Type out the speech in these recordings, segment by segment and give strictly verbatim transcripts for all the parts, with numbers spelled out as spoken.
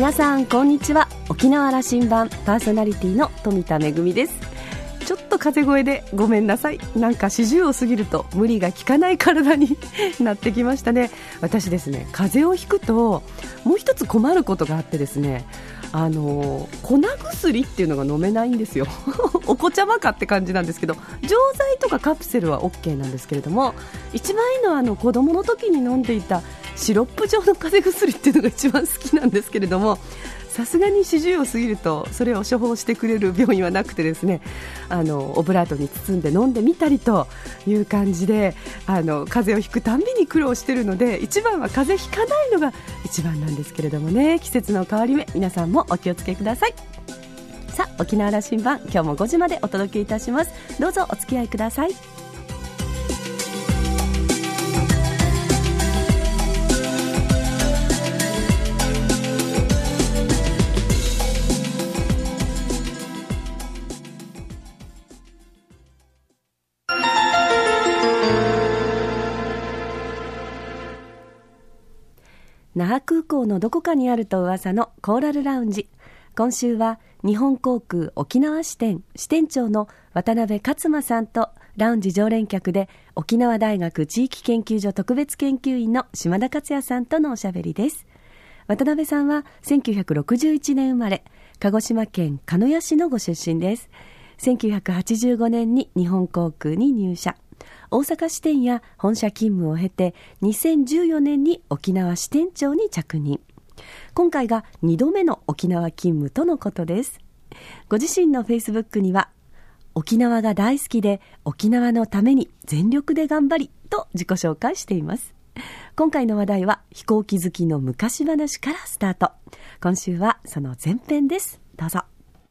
皆さんこんにちは。沖縄羅針盤パーソナリティの富田恵です。ちょっと風邪声でごめんなさい。なんかよんじゅうを過ぎると無理が効かない体になってきましたね。私ですね、風邪をひくともう一つ困ることがあってですね、あの粉薬っていうのが飲めないんですよお子ちゃまかって感じなんですけど、錠剤とかカプセルは OK なんですけれども、一番いいのはあの子供の時に飲んでいたシロップ状の風邪薬っていうのが一番好きなんですけれども、さすがによんじゅうを過ぎるとそれを処方してくれる病院はなくてですね、あのオブラートに包んで飲んでみたりという感じで、あの風邪をひくたんびに苦労しているので、一番は風邪ひかないのが一番なんですけれどもね。季節の変わり目、皆さんもお気をつけください。さあ、沖縄羅針盤、今日もごじまでお届けいたします。どうぞお付き合いください。那覇空港のどこかにあると噂のコーラルラウンジ。今週は日本航空沖縄支店支店長の渡辺勝馬さんと、ラウンジ常連客で沖縄大学地域研究所特別研究員の島田克也さんとのおしゃべりです。渡辺さんはせんきゅうひゃくろくじゅういちねん生まれ、鹿児島県鹿屋市のご出身です。せんきゅうひゃくはちじゅうごねんに日本航空に入社、大阪支店や本社勤務を経てにせんじゅうよねんに沖縄支店長に着任。今回がにどめの沖縄勤務とのことです。ご自身のフェイスブックには、沖縄が大好きで沖縄のために全力で頑張りと自己紹介しています。今回の話題は飛行機好きの昔話からスタート。今週はその前編です。どうぞ。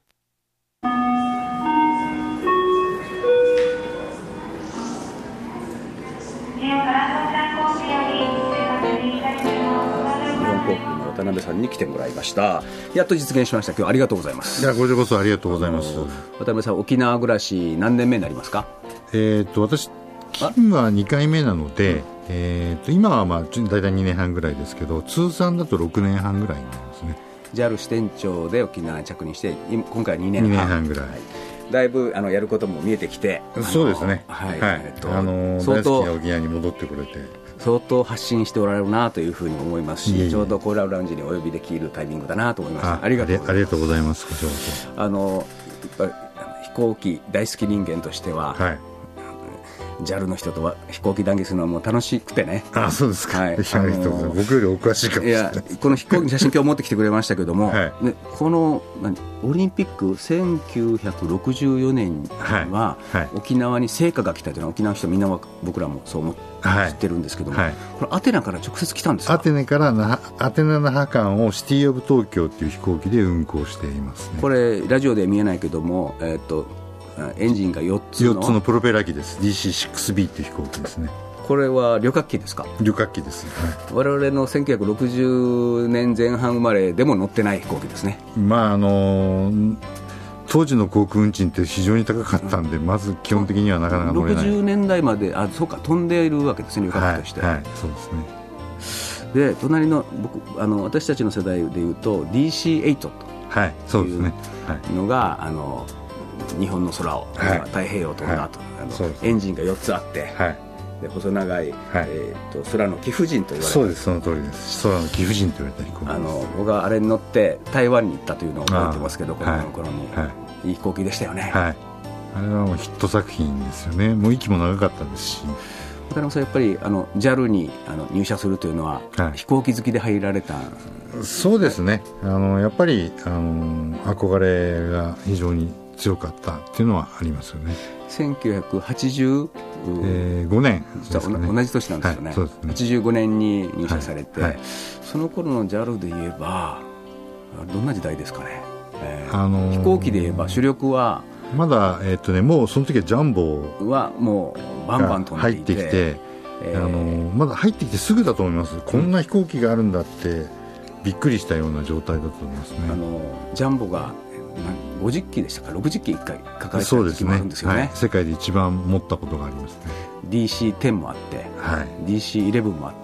渡辺さんに来てもらいました。やっと実現しました。今日はありがとうございます。 いや、こちらこそありがとうございます。 渡辺さん、沖縄暮らし何年目になりますか？ えー、と私勤務はにかいめなので、うん、えー、と今はまあ大体にねんはんぐらいですけど、通算だとろくねんはんぐらいになりますね。 ジャル 支店長で沖縄に着任して、今回はにねんはん、 にねんはんぐらい、はい、 だいぶあのやることも見えてきて、 そうですね、 はい、 はい、 えっと、 あの大好きな沖縄に戻ってくれて相当発信しておられるなというふうに思いますし、いえいえ、ちょうどコーラルラウンジにお呼びできるタイミングだなと思います。 あ, ありがとうございます。 ありがとうございます。こちらこそ。 あのやっぱ飛行機大好き人間としては、はい、ジャル の人とは飛行機談義するのはもう楽しくてね。 あ、そうですか、はい、ありがとうございます。僕よりお詳しいかもしれない。いや、 この飛行機の写真今日持ってきてくれましたけども、はい、ね、このオリンピックせんきゅうひゃくろくじゅうよねんには、はいはい、沖縄に聖火が来たというのは沖縄の人みんなは僕らもそう思って、はい、知ってるんですけども、はい、これアテナから直接来たんですか？ アテナからなアテナ那覇間をシティオブ東京という飛行機で運航していますね。 これラジオで見えないけども、えー、っとエンジンがよっつのよっつのプロペラ機です。 ディーシーシックスビー という飛行機ですね。 これは旅客機ですか？ 旅客機です、はい、 我々のせんきゅうひゃくろくじゅうねんぜん半生まれでも乗ってない飛行機ですね。 まああのー、当時の航空運賃って非常に高かったんで、うん、まず基本的にはなかなか乗れない。 ろくじゅうねんだいまで、あ、そうか、飛んでいるわけですね、旅客機として。 はいはい、そうですね。 で、隣の僕あの私たちの世代でいうと ディーシーエイト というのが、あの日本の空を、はい、太平洋を飛んだと、はい、あのエンジンがよっつあって、はい、で細長い、はい、えー、と空の貴婦人と言われる。 そうです、その通りです。空の貴婦人と言われた飛行機です。 あの僕はあれに乗って台湾に行ったというのを覚えてますけど、子供の頃に、はい、いい飛行機でしたよね。 はい、あれはもうヒット作品ですよね。もう息も長かったですし。 渡辺さん、やっぱりあの ジャル にあの入社するというのは、はい、飛行機好きで入られた。 そうですね、あのやっぱりあの憧れが非常に強かったっていうのはありますよね。 せんきゅうひゃくはちじゅうごねんですかね。同じ年なんですよね。はい、そうですね。はちじゅうごねんに入社されて、はいはい、その頃の ジャル で言えばどんな時代ですかね。えーあのー、飛行機で言えば主力はまだ、えーっとね、もうその時はジャンボはもうバンバン飛んでいて、 入ってきて、えー、あのー、まだ入ってきてすぐだと思います。こんな飛行機があるんだってびっくりしたような状態だと思いますね。 あのー、ジャンボがごじゅっきでしたか、ろくじゅっきいっかい抱えてた時もあるんですよね。 そうですね、はい、世界で一番持ったことがありますね。 ディーシーテン もあって、はい、ディーシーイレブン もあって、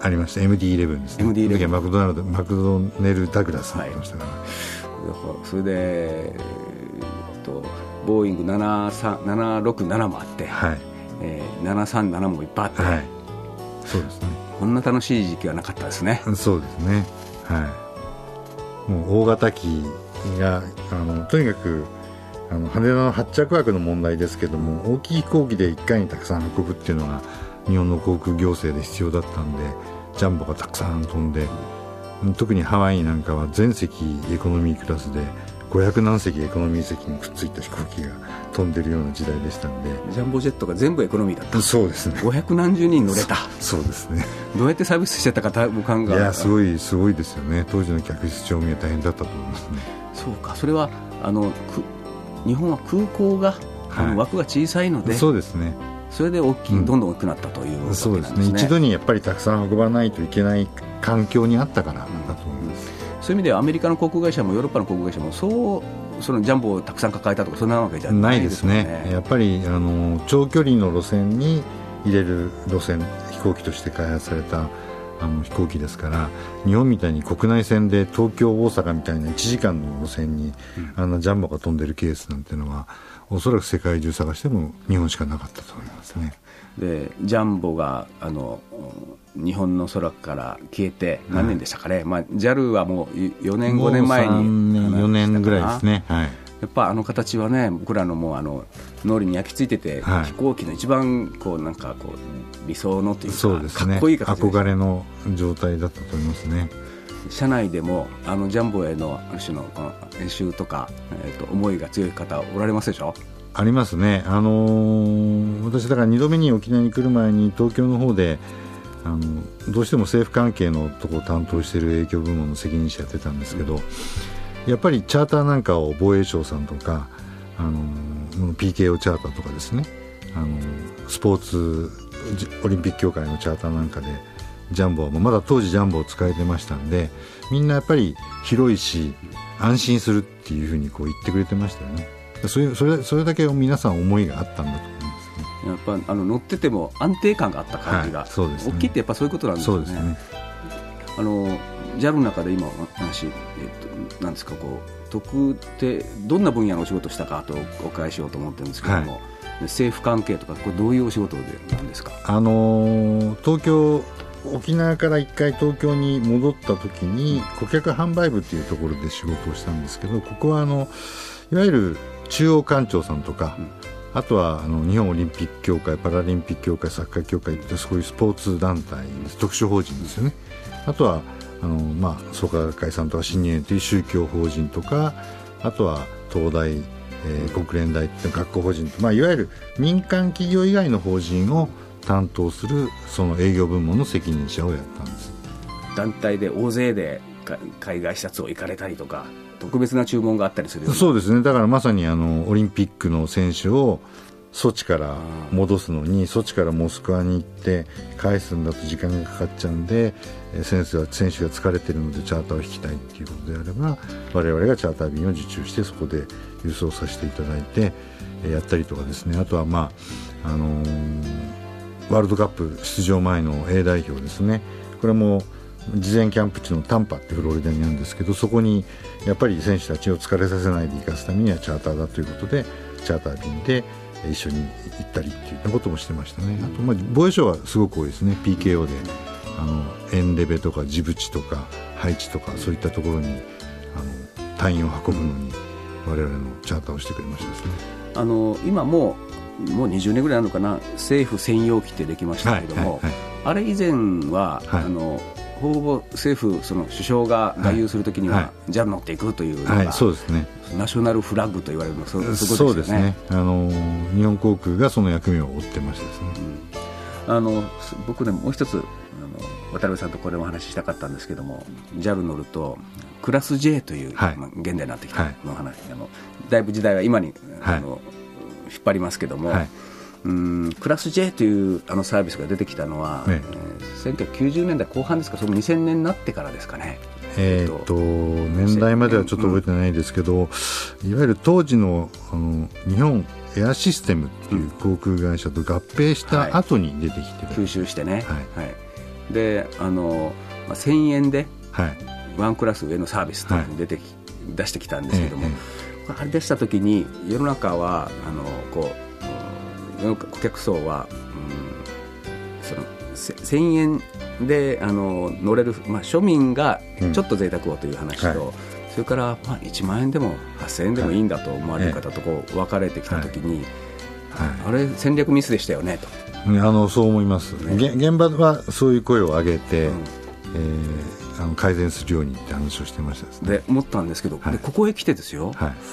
ありました。 エムディーイレブン ですね。 エムディーイレブンマクドナルドマクドネル・ダグラスになってましたから、はい、 それで、えー、とボーイングななろくななもあって、はい、えー、ななさんななもいっぱいあって、はい、 そうですね。 こんな楽しい時期はなかったですね。 そうですね、はい、もう大型機があのとにかくあの羽田の発着枠の問題ですけども、大きい飛行機でいっかいにたくさん運ぶっていうのが日本の航空行政で必要だったんで、ジャンボがたくさん飛んで、特にハワイなんかは全席エコノミークラスでごひゃくなんせきエコノミー席にくっついた飛行機が飛んでるような時代でしたんで、 ジャンボジェットが全部エコノミーだった。 そうですね。 ごひゃくなんじゅうにん乗れた。 そ, そうですね。 どうやってサービスしてたか僕考えいやすごいすごいですよね。当時の客室乗務員は大変だったと思いますね。 そうか、それはあの日本は空港が、はい、あの枠が小さいので、 そうですね。 それで大きい、うん、どんどん大きくなったというわけなんですね。そうですね。 一度にやっぱりたくさん運ばないといけない環境にあったからだと思います、 うん、そういう意味ではアメリカの航空会社もヨーロッパの航空会社もそうそのジャンボをたくさん抱えたとかそんなわけじゃないですよね。 ないですね。やっぱりあの長距離の路線に入れる路線飛行機として開発されたあの飛行機ですから、日本みたいに国内線で東京大阪みたいないちじかんの路線に、うん、あんなジャンボが飛んでるケースなんていうのはおそらく世界中探しても日本しかなかったと思いますね。 でジャンボがあの日本の空から消えて何年でしたかね、はい、まあ、ジャル はもうよねんごねんまえにさんねんよねんぐらいですね、はい、 やっぱあの形はね、僕らのもうあの脳裏に焼き付いてて、はい、飛行機の一番こうなんかこう理想のというか、 そうですね、 かっこいい形で憧れの状態だったと思いますね。 社内でもあのジャンボへのある種のこの演習とか、えー、と思いが強い方おられますでしょ。 ありますね。あのー、私だからにどめに沖縄に来る前に東京の方であのどうしても政府関係のところを担当している営業部門の責任者やってたんですけど、やっぱりチャーターなんかを防衛省さんとかあの ピーケーオー チャーターとかですね、あのスポーツオリンピック協会のチャーターなんかでジャンボはまだ当時ジャンボを使えてましたんで、みんなやっぱり広いし安心するっていうふうにこう言ってくれてましたよね。それ、それ、それだけ皆さん思いがあったんだと思いますね。やっぱあの乗ってても安定感があった感じが、はい、そうですね、大きいってやっぱそういうことなんですよね。そうですね。あの ジャル の中で今お話、えっと、なんですか、こう特定どんな分野のお仕事したかとお伺いしようと思ってるんですけども、はい、政府関係とかこれどういうお仕事でなんですか。 あの東京沖縄からいっかい東京に戻った時に顧客販売部っていうところで仕事をしたんですけど、ここはあのいわゆる中央官庁さんとか、うん、あとはあの日本オリンピック協会、パラリンピック協会、サッカー協会ってそういうスポーツ団体、特殊法人ですよね。あとはあの、まあ、創価学会さんとか新日園という宗教法人とか、あとは東大、えー、国連大という学校法人と、まあ、いわゆる民間企業以外の法人を担当するその営業部門の責任者をやったんです。 団体で大勢で海外視察を行かれたりとか特別な注文があったりする。 そうですね。だからまさにあのオリンピックの選手をソチから戻すのにソチからモスクワに行って返すんだと時間がかかっちゃうんで、選手は選手が疲れているのでチャーターを引きたいということであれば我々がチャーター便を受注してそこで輸送させていただいてやったりとかですね。あとは、まああのー、ワールドカップ出場前の A 代表ですね。これも事前キャンプ地のタンパってフロリダにあるんですけど、そこにやっぱり選手たちを疲れさせないで行かすためにはチャーターだということでチャーター便で一緒に行ったりっていうようなこともしてましたね。あと、まあ、防衛省はすごく多いですね。 ピーケーオー であのエンレベとかジブチとかハイチとかそういったところにあの隊員を運ぶのに我々のチャーターをしてくれましたですね。 あの今もうもうにじゅうねんぐらいあるのかな、政府専用機ってできましたけども、はいはいはい、あれ以前は、はい、あのほぼ政府その首相が外遊するときには、はい、ジャル乗っていくというのが、はい、そうですね、ナショナルフラッグと言われるのそそそうですね。あの日本航空がその役目を負ってましたですね、 うん、あの僕ねもう一つあの渡辺さんとこれお話ししたかったんですけども、 ジャル 乗るとクラス ジェイ という、はい、まあ、現代になってきたの話、はい、あのだいぶ時代は今にあの、はい、引っ張りますけども、はい、うんクラス ジェイ というあのサービスが出てきたのは、ねえー、せんきゅうひゃくきゅうじゅうねんだいこう半ですか、そのにせんねんになってからですかね。 えー、っと年代まではちょっと覚えてないですけど、うん、いわゆる当時 の, あの日本エアシステムという航空会社と合併した後に出てきてる、 うん、吸収してね、はいはい、 であの、まあ、せんえんでワンクラス上のサービスというふうに出てき、はい、出してきたんですけども、ええ、あれ出した時に世の中はあのこう世の顧客層は、うん、そのせんえんであの乗れる、まあ、庶民がちょっと贅沢をという話と、うんはい、それから、まあ、いちまんえんでもはっせんえんでもいいんだと思われる方とこう分かれてきた時に、はいはい、あれ戦略ミスでしたよねと。 あのそう思います、ね、現場はそういう声を上げて、うんえー、あの改善するようにって話をしてましたですね。 で思ったんですけど、はい、でここへ来てですよ、はい、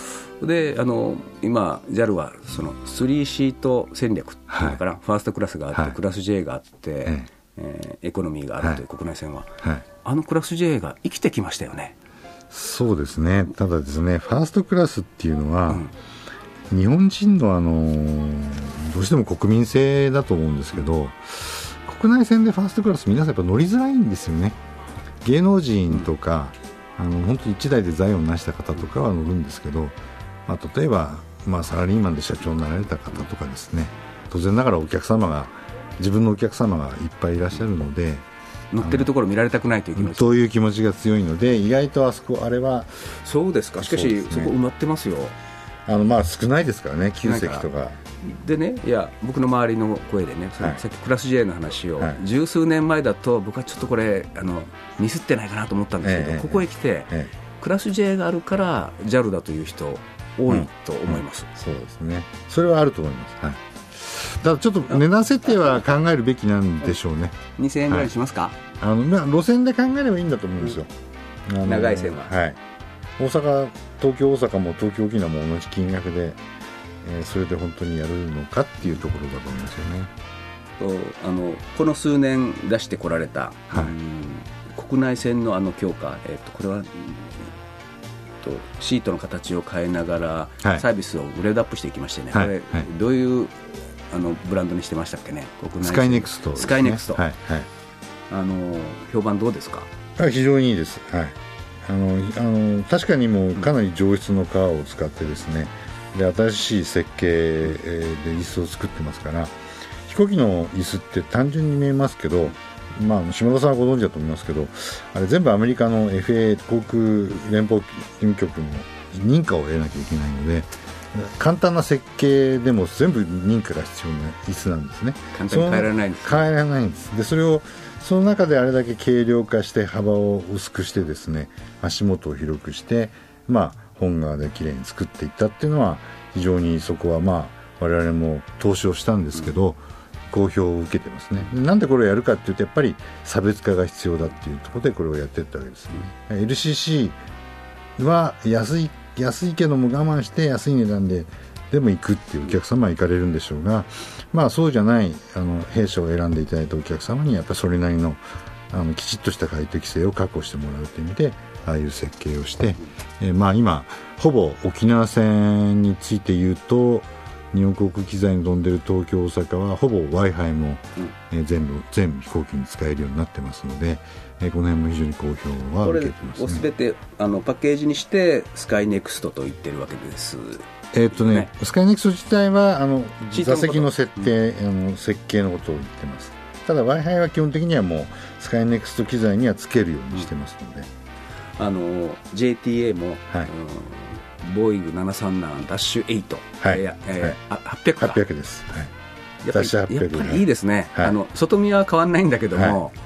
であの今 ジャル はそのスリーシート戦略っていうのかな、はい、ファーストクラスがあって、はい、クラス J があって、ええー、エコノミーがあるという国内線は、はい、あのクラス J が生きてきましたよね。 そうですね。ただですね、ファーストクラスっていうのは、うん、日本人の、あのー、どうしても国民性だと思うんですけど、国内線でファーストクラス皆さんやっぱ乗りづらいんですよね。芸能人とか、うん、あの本当に一代で財を成した方とかは乗るんですけど、まあ、例えば、まあ、サラリーマンで社長になられた方とかですね、当然ながらお客様が自分のお客様がいっぱいいらっしゃるので、 乗ってるところ見られたくないという気持ちという気持ちが強いので、意外とあそこあれはそうですか。しかし そ,、ね、そこ埋まってますよ。 あのまあ少ないですからね、きゅうせきとかでね。いや僕の周りの声でね、はい、さっきクラス J の話を、はい、十数年前だと僕はちょっとこれあのミスってないかなと思ったんですけど、ええ、ここへ来て、ええ、クラス J があるから ジャル だという人多いと思います、 うんうん、そうですね。それはあると思います、はい。だからちょっと値段設定は考えるべきなんでしょうね。 にせんえんぐらいにしますか、はい、 あのまあ、路線で考えればいいんだと思うんですよ、 うん、あの長い線は、 はい、大阪東京大阪も東京沖縄も同じ金額で、えー、それで本当にやるのかっていうところだと思いますよね。 とあのこの数年出してこられた、はい、うん国内線のあの強化、えー、とこれは、うん、とシートの形を変えながら、はい、サービスをグレードアップしていきましてね、はい、これ、はい、どういうあのブランドにしてましたっけね。国内スカイネクスト、ね、 スカイネクスト、 はいはい、 あの評判どうですか。 非常にいいです、はい、あのあの確かにもうかなり上質の革を使ってですね、で新しい設計で椅子を作ってますから、飛行機の椅子って単純に見えますけど、まあ、島田さんはご存知だと思いますけど、あれ全部アメリカの エフエー 航空連邦事務局の認可を得なきゃいけないので、簡単な設計でも全部認可が必要な椅子なんですね。 簡単に変えられないんです、ね、 変えられないんです。でそれをその中であれだけ軽量化して幅を薄くしてですね、足元を広くして、まあ、本革できれいに作っていったっていうのは非常にそこはまあ我々も投資をしたんですけど、うん、好評を受けてますね。なんでこれをやるかっていうと、やっぱり差別化が必要だっていうところでこれをやっていったわけですね、うん、エルシーシー は安い安いけども我慢して安い値段ででも行くっていうお客様は行かれるんでしょうが、まあそうじゃないあの弊社を選んでいただいたお客様にやっぱりそれなりの、あのきちっとした快適性を確保してもらうという意味でああいう設計をして、えー、まあ今ほぼ沖縄線について言うと日本航空機材に飛んでる東京大阪はほぼ Wi-Fi も、うんえー、全部全部飛行機に使えるようになってますので、えー、この辺も非常に好評は受けてますね。 これを全てあのパッケージにしてスカイネクストと言ってるわけです。 えーっとねね、スカイネクスト自体はあの座席の設定、うん、あの設計のことを言ってます。ただ Wi-Fi は基本的にはもうスカイネクスト機材にはつけるようにしてますので、 うん、あの ジェーティーエー も、はいうん、ボーイングななさんななダッシュエイト、はいえーはい、あはっぴゃくかはっぴゃくです、はい、 やっぱりやっぱりいいですね、はい、あの外見は変わらないんだけども、はい、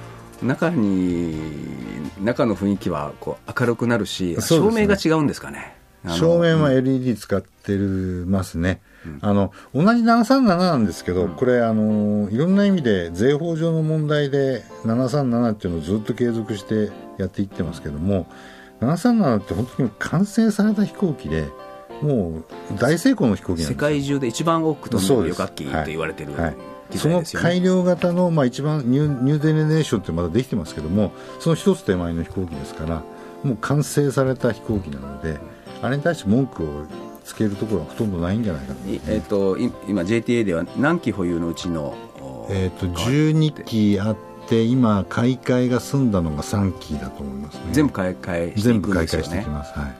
中に中の雰囲気はこう明るくなるし、照明が違うんですかね。 照明は エルイーディー 使ってますね、うん、あの同じななさんなななんですけど、うん、これあのいろんな意味で税法上の問題でななさんななっていうのをずっと継続してやっていってますけども、ななさんななって本当に完成された飛行機でもう大成功の飛行機なんですよ。 世界中で一番多く飛ぶ旅客機と言われてる、はいはい、 その改良型の、まあ、一番ニュー、ニューゼネレーションってまだできてますけども、その一つ手前の飛行機ですからもう完成された飛行機なので、あれに対して文句をつけるところはほとんどないんじゃないかと、 えー、と今 ジェーティーエー では何機保有のうちの、 えー、とじゅうにきあって今買い替えが済んだのがさんきだと思いますね。 全部買い替えしていくんですよね。 全部買い替えしていきます、はい、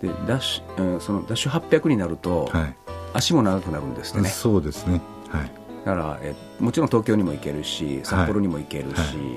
でダッシュ、うん、そのダッシュはっぴゃくになると、はい、足も長くなるんですね。 そうですね、はい、 だからえもちろん東京にも行けるし札幌にも行けるし、はいはい、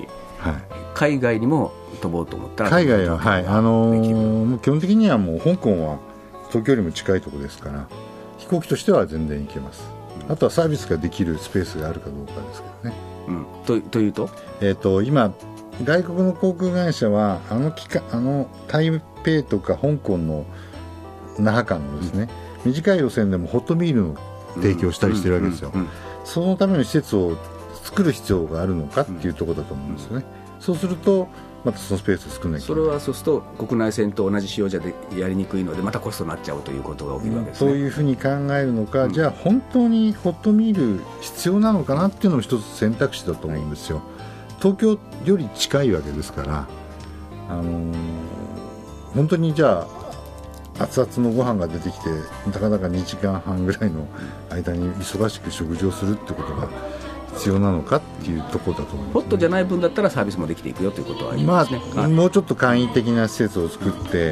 はい、海外にも飛ぼうと思ったら海外は、はい、あのー、基本的にはもう香港は東京よりも近いところですから飛行機としては全然行けます。あとはサービスができるスペースがあるかどうかですけどね、 うん、と, というと、 えー、と今外国の航空会社はあの期間あの台北とか香港の那覇間のですね、うん、短い路線でもホットミールの提供したりしてるわけですよ、うんうんうんうん、そのための施設を作る必要があるのかっていうところだと思うんですよね、うん、そうするとまたそのスペースを作らなきゃいけない。 それはそうすると国内線と同じ仕様じゃでやりにくいのでまたコストになっちゃうということが起きるわけですね、 うん、そういうふうに考えるのか、うん、じゃあ本当にホットミール必要なのかなっていうのも一つ選択肢だと思うんですよ、はい、東京より近いわけですから、あのー、本当にじゃあ熱々のご飯が出てきてたかだかにじかんはんぐらいの間に忙しく食事をするってことが必要なのかっていうところだと思います、ね、 ホットじゃない分だったらサービスもできていくよということはありますね、 まあ、もうちょっと簡易的な施設を作って、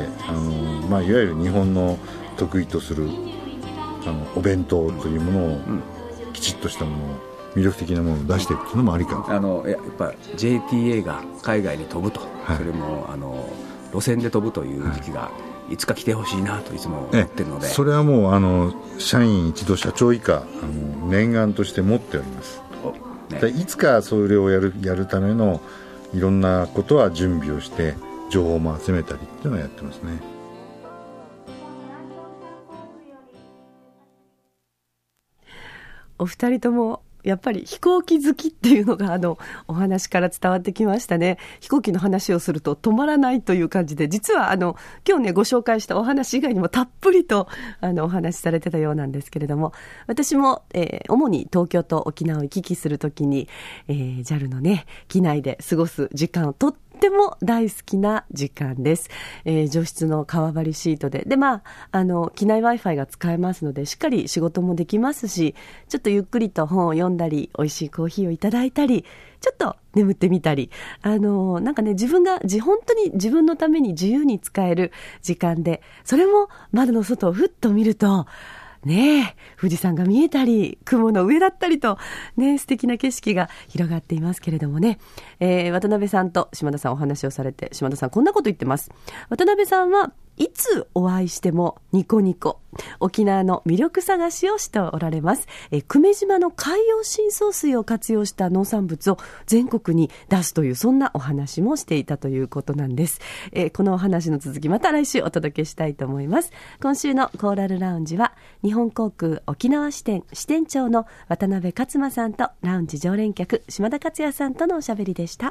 あの、まあ、いわゆる日本の得意とするあのお弁当というものを、うん、きちっとしたものを魅力的なものを出していくというのもありかあのやっぱ ジェイティーエー が海外に飛ぶと、はい、それもあの路線で飛ぶという時期が、はいいつか来てほしいなといつも思っているので、 それはもうあの社員一同社長以下あの念願として持っております、ね、いつかそれをやる、やるためのいろんなことは準備をして情報も集めたりっていうのをやってますね。 お二人ともやっぱり飛行機好きっていうのがあのお話から伝わってきましたね。飛行機の話をすると止まらないという感じで、実はあの今日ねご紹介したお話以外にもたっぷりとあのお話しされてたようなんですけれども、私も、えー、主に東京と沖縄を行き来するときに、えー、ジャル のね機内で過ごす時間をとってとても大好きな時間です、えー、上質の革張りシートでで、まあ、あの機内 Wi-Fi が使えますのでしっかり仕事もできますし、ちょっとゆっくりと本を読んだり美味しいコーヒーをいただいたりちょっと眠ってみたり、あのなんかね自分が本当に自分のために自由に使える時間で、それも窓の外をふっと見るとねえ、富士山が見えたり雲の上だったりとね素敵な景色が広がっていますけれどもね、えー、渡辺さんと島田さんお話をされて、島田さんこんなこと言ってます。渡辺さんはいつお会いしてもニコニコ沖縄の魅力探しをしておられます。えー、久米島の海洋深層水を活用した農産物を全国に出すというそんなお話もしていたということなんです。えー、このお話の続きまた来週お届けしたいと思います。今週のコーラルラウンジは日本航空沖縄支店支店長の渡辺勝馬さんとラウンジ常連客島田克也さんとのおしゃべりでした。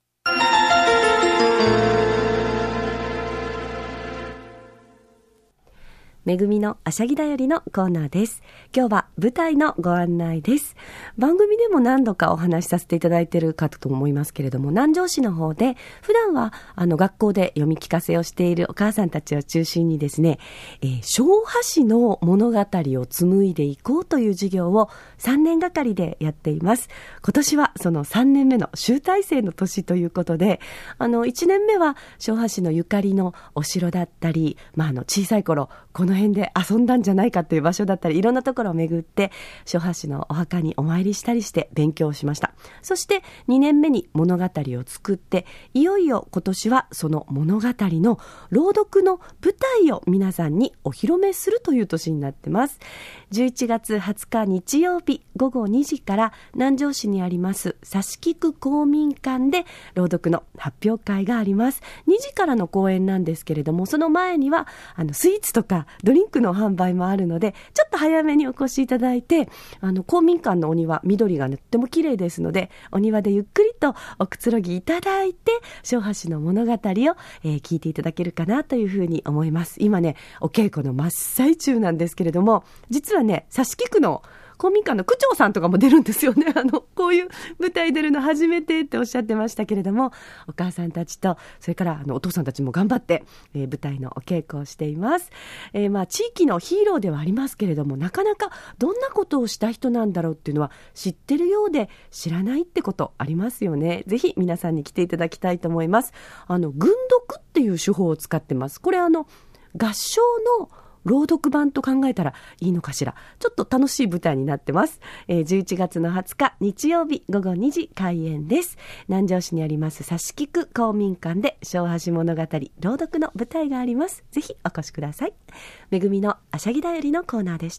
めぐみのあしゃぎだよりのコーナーです。今日は舞台のご案内です。番組でも何度かお話しさせていただいているかと思いますけれども、南城市の方で普段はあの学校で読み聞かせをしているお母さんたちを中心にですね、えー、昭和史の物語を紡いでいこうという授業をさんねんがかりでやっています。今年はそのさんねんめの集大成の年ということで、あのいちねんめは昭和史のゆかりのお城だったり、まあ、あの小さい頃この辺で遊んだんじゃないかという場所だったりいろんなところを巡って昭和史のお墓にお参りしたりして勉強しました。そしてにねんめに物語を作って、いよいよ今年はその物語の朗読の舞台を皆さんにお披露目するという年になってます。じゅういちがつはつか日曜日ごごにじから南城市にあります佐敷区公民館で朗読の発表会があります。にじからの公演なんですけれども、その前にはあのスイーツとかドリンクの販売もあるので、ちょっと早めにお越しいただいて、あの公民館のお庭緑がとっても綺麗ですので、お庭でゆっくりとおくつろぎいただいて昭和史の物語を、えー、聞いていただけるかなというふうに思います。今ねお稽古の真っ最中なんですけれども、実はね佐敷区の公民館の区長さんとかも出るんですよね。あのこういう舞台出るの初めてっておっしゃってましたけれども、お母さんたちとそれからあのお父さんたちも頑張って、えー、舞台のお稽古をしています。えー、まあ地域のヒーローではありますけれども、なかなかどんなことをした人なんだろうっていうのは知ってるようで知らないってことありますよね。ぜひ皆さんに来ていただきたいと思います。あの軍読っていう手法を使ってます。これあの合唱の朗読版と考えたらいいのかしら。ちょっと楽しい舞台になってます。えー、じゅういちがつのはつか日曜日ごごにじ開演です。南城市にあります佐敷区公民館で小橋物語朗読の舞台があります。ぜひお越しください。めぐみのあしゃぎだよりのコーナーでした。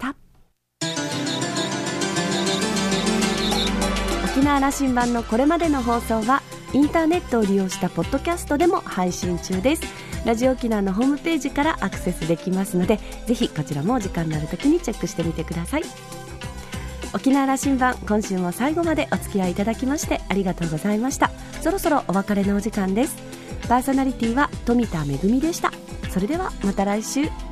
沖縄羅針盤のこれまでの放送はインターネットを利用したポッドキャストでも配信中です。ラジオ沖縄のホームページからアクセスできますので、ぜひこちらもお時間のある時にチェックしてみてください。沖縄羅針盤、今週も最後までお付き合いいただきましてありがとうございました。そろそろお別れのお時間です。パーソナリティは富田恵でした。それではまた来週。